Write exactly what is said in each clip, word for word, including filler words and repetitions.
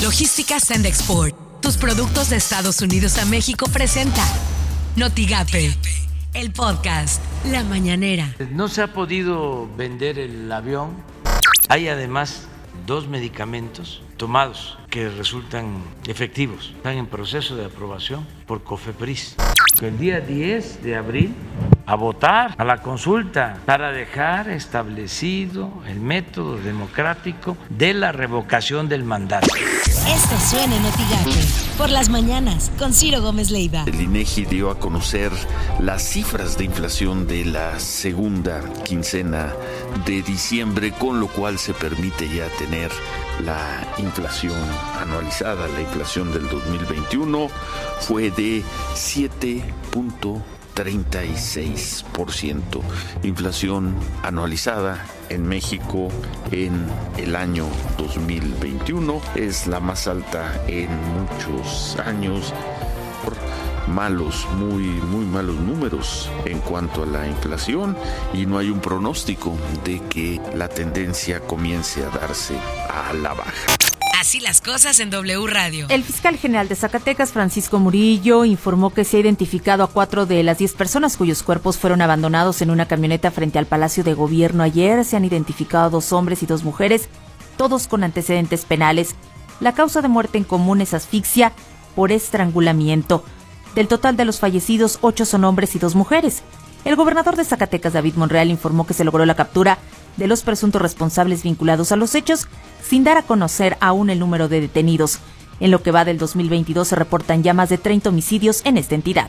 Logística Send Export. Tus productos de Estados Unidos a México presenta Notigape, el podcast La Mañanera. No se ha podido vender el avión. Hay además dos medicamentos tomados que resultan efectivos. Están en proceso de aprobación por COFEPRIS. El día diez de abril a votar a la consulta para dejar establecido el método democrático de la revocación del mandato. Esto suena en Notigape, por las mañanas, con Ciro Gómez Leiva. El INEGI dio a conocer las cifras de inflación de la segunda quincena de diciembre, con lo cual se permite ya tener la inflación anualizada. La inflación del dos mil veintiuno fue de siete punto treinta y seis por ciento. Inflación anualizada en México en el año dos mil veintiuno es la más alta en muchos años, por malos, muy, muy malos números en cuanto a la inflación, y no hay un pronóstico de que la tendencia comience a darse a la baja. Así las cosas en W Radio. El fiscal general de Zacatecas, Francisco Murillo, informó que se ha identificado a cuatro de las diez personas cuyos cuerpos fueron abandonados en una camioneta frente al Palacio de Gobierno ayer. Se han identificado dos hombres y dos mujeres, todos con antecedentes penales. La causa de muerte en común es asfixia por estrangulamiento. Del total de los fallecidos, ocho son hombres y dos mujeres. El gobernador de Zacatecas, David Monreal, informó que se logró la captura de los presuntos responsables vinculados a los hechos, sin dar a conocer aún el número de detenidos. En lo que va del dos mil veintidós se reportan ya más de treinta homicidios en esta entidad.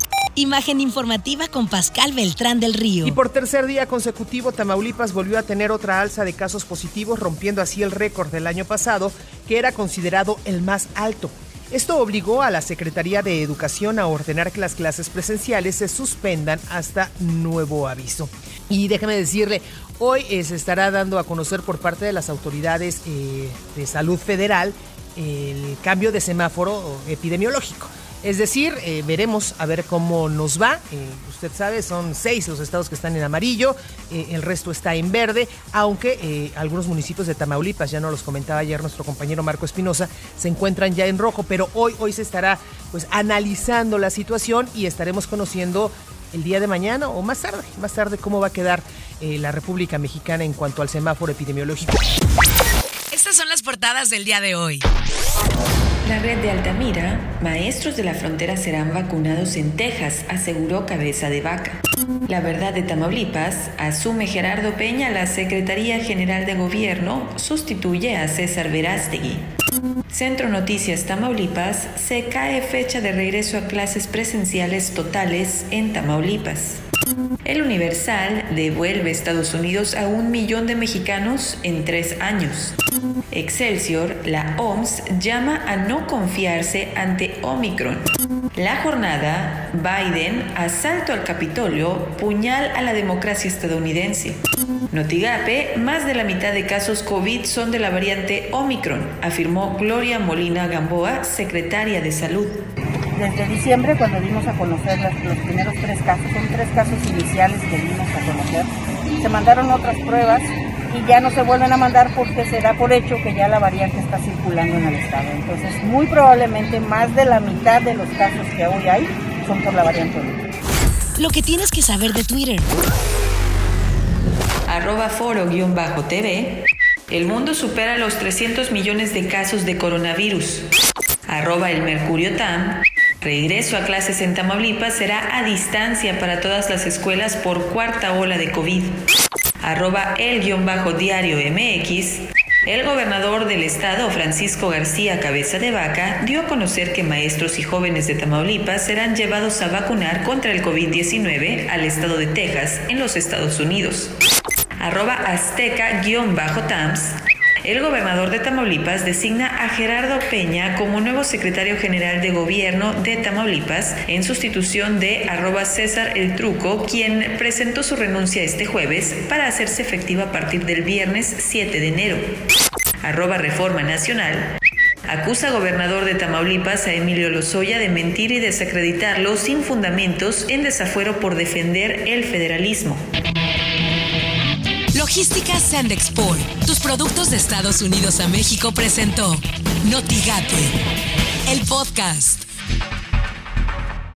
Imagen informativa con Pascal Beltrán del Río. Y por tercer día consecutivo, Tamaulipas volvió a tener otra alza de casos positivos, rompiendo así el récord del año pasado, que era considerado el más alto. Esto obligó a la Secretaría de Educación a ordenar que las clases presenciales se suspendan hasta nuevo aviso. Y déjame decirle, hoy eh, se estará dando a conocer por parte de las autoridades eh, de salud federal el cambio de semáforo epidemiológico. Es decir, eh, veremos a ver cómo nos va. Eh, usted sabe, son seis los estados que están en amarillo, eh, el resto está en verde, aunque eh, algunos municipios de Tamaulipas, ya nos los comentaba ayer nuestro compañero Marco Espinosa, se encuentran ya en rojo, pero hoy, hoy se estará pues analizando la situación y estaremos conociendo el día de mañana o más tarde, más tarde cómo va a quedar eh, la República Mexicana en cuanto al semáforo epidemiológico. Estas son las portadas del día de hoy. La red de Altamira, maestros de la frontera serán vacunados en Texas, aseguró Cabeza de Vaca. La Verdad de Tamaulipas, asume Gerardo Peña la Secretaría General de Gobierno, sustituye a César Verástegui. Centro Noticias Tamaulipas, se cae fecha de regreso a clases presenciales totales en Tamaulipas. El Universal devuelve Estados Unidos a un millón de mexicanos en tres años. Excelsior, la O M S llama a no confiarse ante Omicron. La Jornada, Biden, asalto al Capitolio, puñal a la democracia estadounidense. Notigape, más de la mitad de casos COVID son de la variante Omicron, afirmó Gloria Molina Gamboa, secretaria de Salud. Desde diciembre, cuando dimos a conocer los, los primeros tres casos, son tres casos iniciales que dimos a conocer, se mandaron otras pruebas y ya no se vuelven a mandar porque se da por hecho que ya la variante está circulando en el estado. Entonces, muy probablemente más de la mitad de los casos que hoy hay son por la variante Omicron. Lo que tienes que saber de Twitter. Arroba foro-T V. El mundo supera los trescientos millones de casos de coronavirus. Arroba el Mercurio Tam. Regreso a clases en Tamaulipas será a distancia para todas las escuelas por cuarta ola de COVID. Arroba el-diario M X. El gobernador del estado, Francisco García Cabeza de Vaca, dio a conocer que maestros y jóvenes de Tamaulipas serán llevados a vacunar contra el COVID diecinueve al estado de Texas, en los Estados Unidos. Arroba azteca-tams. El gobernador de Tamaulipas designa a Gerardo Peña como nuevo secretario general de gobierno de Tamaulipas en sustitución de arroba César el Truco, quien presentó su renuncia este jueves para hacerse efectiva a partir del viernes siete de enero. Arroba Reforma Nacional. Acusa gobernador de Tamaulipas a Emilio Lozoya de mentir y desacreditarlo sin fundamentos en desafuero por defender el federalismo. Logística Send Export. Tus productos de Estados Unidos a México presentó Notigape, el podcast.